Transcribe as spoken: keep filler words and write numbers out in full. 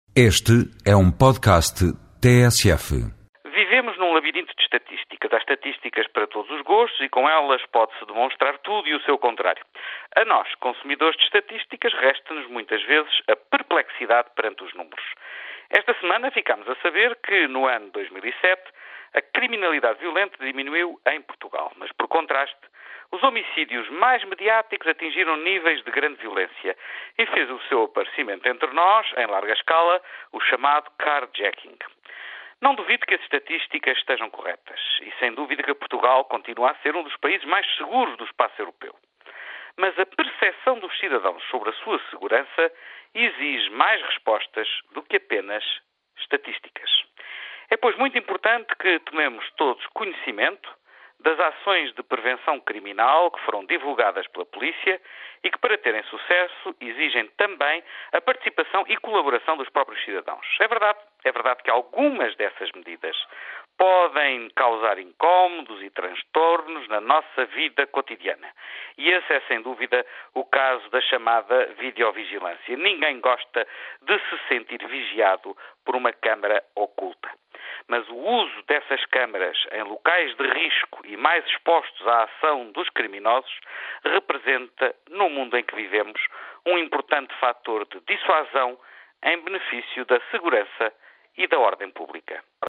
Este é um podcast T S F. Vivemos num labirinto de estatísticas. Há estatísticas para todos os gostos e com elas pode-se demonstrar tudo e o seu contrário. A nós, consumidores de estatísticas, resta-nos muitas vezes a perplexidade perante os números. Esta semana ficámos a saber que no ano dois mil e sete a criminalidade violenta diminuiu em Portugal, mas por contraste, os homicídios mais mediáticos atingiram níveis de grande violência e fez o seu aparecimento entre nós, em larga escala, o chamado carjacking. Não duvido que as estatísticas estejam corretas e sem dúvida que Portugal continua a ser um dos países mais seguros do espaço europeu. Mas a percepção dos cidadãos sobre a sua segurança exige mais respostas do que apenas estatísticas. É, pois, muito importante que tomemos todos conhecimento das ações de prevenção criminal que foram divulgadas pela polícia e que, para terem sucesso, exigem também a participação e colaboração dos próprios cidadãos. É verdade, é verdade que algumas dessas medidas podem causar incómodos e transtornos na nossa vida cotidiana. E esse é, sem dúvida, o caso da chamada videovigilância. Ninguém gosta de se sentir vigiado por uma câmara oculta. Mas o uso dessas câmaras em locais de risco e mais expostos à ação dos criminosos representa, no mundo em que vivemos, um importante fator de dissuasão em benefício da segurança e da ordem pública.